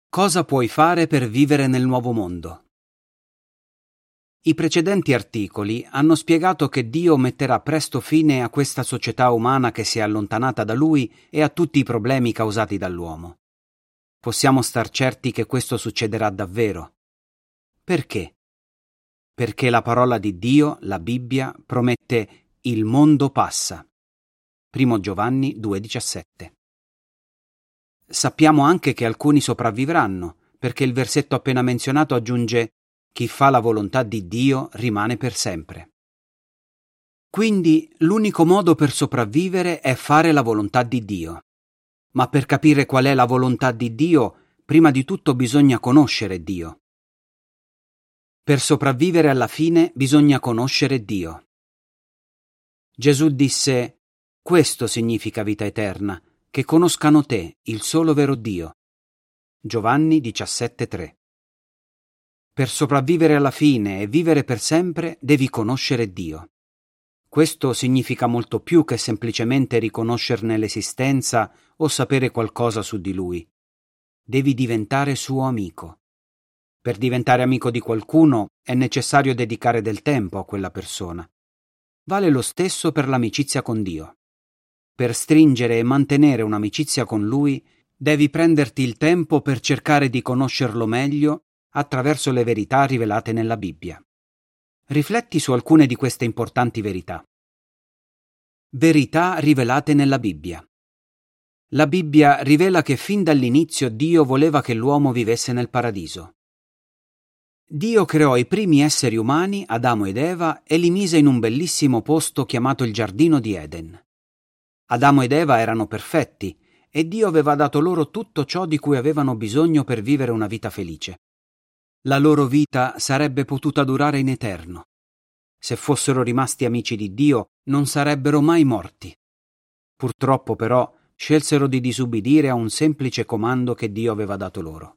Cosa puoi fare per vivere nel nuovo mondo? I precedenti articoli hanno spiegato che Dio metterà presto fine a questa società umana che si è allontanata da Lui e a tutti i problemi causati dall'uomo. Possiamo star certi che questo succederà davvero. Perché? Perché la parola di Dio, la Bibbia, promette il mondo passa. 1 Giovanni 2,17. Sappiamo anche che alcuni sopravvivranno, perché il versetto appena menzionato aggiunge «Chi fa la volontà di Dio rimane per sempre». Quindi l'unico modo per sopravvivere è fare la volontà di Dio. Ma per capire qual è la volontà di Dio, prima di tutto bisogna conoscere Dio. Per sopravvivere alla fine bisogna conoscere Dio. Gesù disse: «Questo significa vita eterna, che conoscano te, il solo vero Dio». Giovanni 17,3. Per sopravvivere alla fine e vivere per sempre devi conoscere Dio. Questo significa molto più che semplicemente riconoscerne l'esistenza o sapere qualcosa su di Lui. Devi diventare suo amico. Per diventare amico di qualcuno è necessario dedicare del tempo a quella persona. Vale lo stesso per l'amicizia con Dio. Per stringere e mantenere un'amicizia con Lui, devi prenderti il tempo per cercare di conoscerlo meglio attraverso le verità rivelate nella Bibbia. Rifletti su alcune di queste importanti verità. Verità rivelate nella Bibbia. La Bibbia rivela che fin dall'inizio Dio voleva che l'uomo vivesse nel paradiso. Dio creò i primi esseri umani, Adamo ed Eva, e li mise in un bellissimo posto chiamato il Giardino di Eden. Adamo ed Eva erano perfetti e Dio aveva dato loro tutto ciò di cui avevano bisogno per vivere una vita felice. La loro vita sarebbe potuta durare in eterno. Se fossero rimasti amici di Dio, non sarebbero mai morti. Purtroppo, però, scelsero di disubbidire a un semplice comando che Dio aveva dato loro.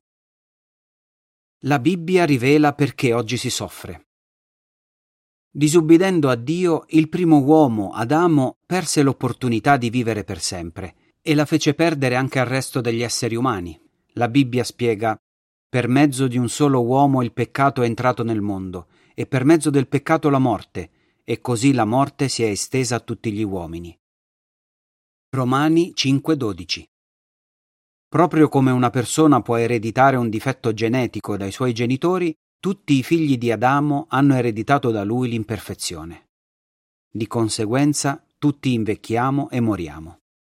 La Bibbia rivela perché oggi si soffre. Disubbidendo a Dio, il primo uomo, Adamo, perse l'opportunità di vivere per sempre e la fece perdere anche al resto degli esseri umani. La Bibbia spiega: per mezzo di un solo uomo il peccato è entrato nel mondo e per mezzo del peccato la morte, e così la morte si è estesa a tutti gli uomini. Romani 5,12. Proprio come una persona può ereditare un difetto genetico dai suoi genitori, tutti i figli di Adamo hanno ereditato da lui l'imperfezione. Di conseguenza, tutti invecchiamo e moriamo.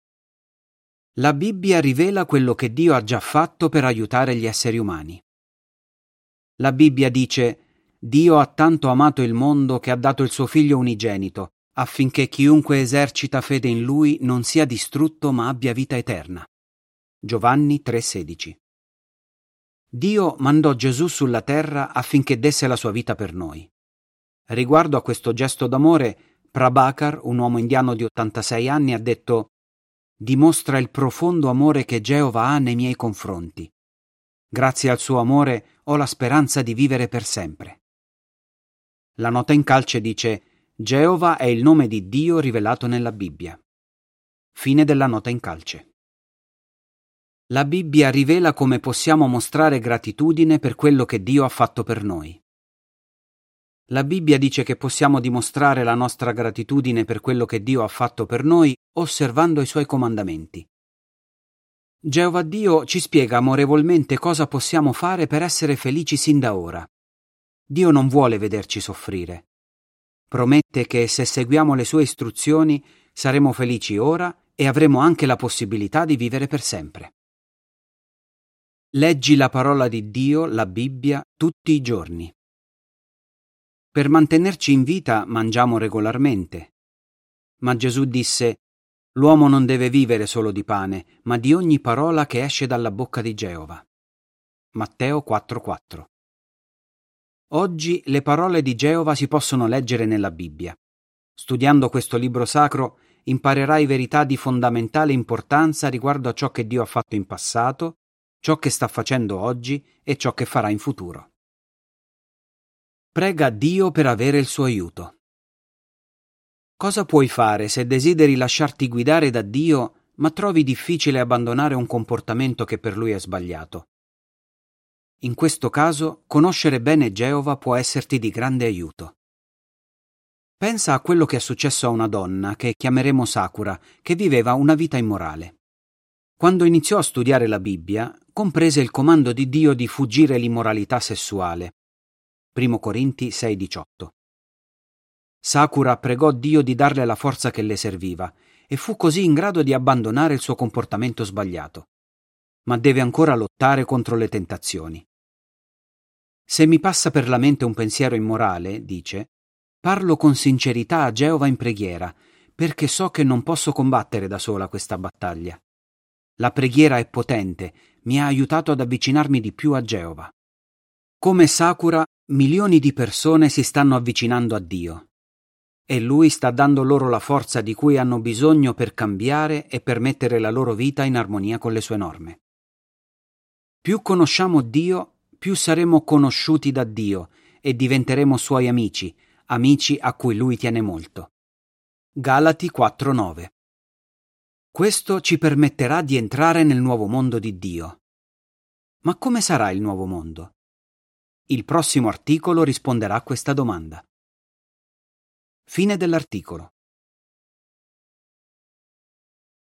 La Bibbia rivela quello che Dio ha già fatto per aiutare gli esseri umani. La Bibbia dice: Dio ha tanto amato il mondo che ha dato il suo figlio unigenito, affinché chiunque esercita fede in lui non sia distrutto ma abbia vita eterna. Giovanni 3,16. Dio mandò Gesù sulla terra affinché desse la sua vita per noi. Riguardo a questo gesto d'amore, Prabhakar, un uomo indiano di 86 anni, ha detto: «Dimostra il profondo amore che Geova ha nei miei confronti. Grazie al suo amore ho la speranza di vivere per sempre». La nota in calce dice: Geova è il nome di Dio rivelato nella Bibbia. Fine della nota in calce. La Bibbia rivela come possiamo mostrare gratitudine per quello che Dio ha fatto per noi. La Bibbia dice che possiamo dimostrare la nostra gratitudine per quello che Dio ha fatto per noi osservando i suoi comandamenti. Geova Dio ci spiega amorevolmente cosa possiamo fare per essere felici sin da ora. Dio non vuole vederci soffrire. Promette che se seguiamo le sue istruzioni saremo felici ora e avremo anche la possibilità di vivere per sempre. Leggi la parola di Dio, la Bibbia, tutti i giorni. Per mantenerci in vita mangiamo regolarmente. Ma Gesù disse: «L'uomo non deve vivere solo di pane, ma di ogni parola che esce dalla bocca di Geova». Matteo 4,4. Oggi le parole di Geova si possono leggere nella Bibbia. Studiando questo libro sacro imparerai verità di fondamentale importanza riguardo a ciò che Dio ha fatto in passato, ciò che sta facendo oggi e ciò che farà in futuro. Prega Dio per avere il suo aiuto. Cosa puoi fare se desideri lasciarti guidare da Dio, ma trovi difficile abbandonare un comportamento che per Lui è sbagliato? In questo caso, conoscere bene Geova può esserti di grande aiuto. Pensa a quello che è successo a una donna che chiameremo Sakura, che viveva una vita immorale. Quando iniziò a studiare la Bibbia, comprese il comando di Dio di fuggire l'immoralità sessuale. 1 Corinti 6,18. Sakura pregò Dio di darle la forza che le serviva e fu così in grado di abbandonare il suo comportamento sbagliato. Ma deve ancora lottare contro le tentazioni. Se mi passa per la mente un pensiero immorale, dice, parlo con sincerità a Geova in preghiera, perché so che non posso combattere da sola questa battaglia. La preghiera è potente, mi ha aiutato ad avvicinarmi di più a Geova. Come Sakura, milioni di persone si stanno avvicinando a Dio. E Lui sta dando loro la forza di cui hanno bisogno per cambiare e per mettere la loro vita in armonia con le sue norme. Più conosciamo Dio, più saremo conosciuti da Dio e diventeremo Suoi amici, amici a cui Lui tiene molto. Galati 4,9. Questo ci permetterà di entrare nel nuovo mondo di Dio. Ma come sarà il nuovo mondo? Il prossimo articolo risponderà a questa domanda. Fine dell'articolo.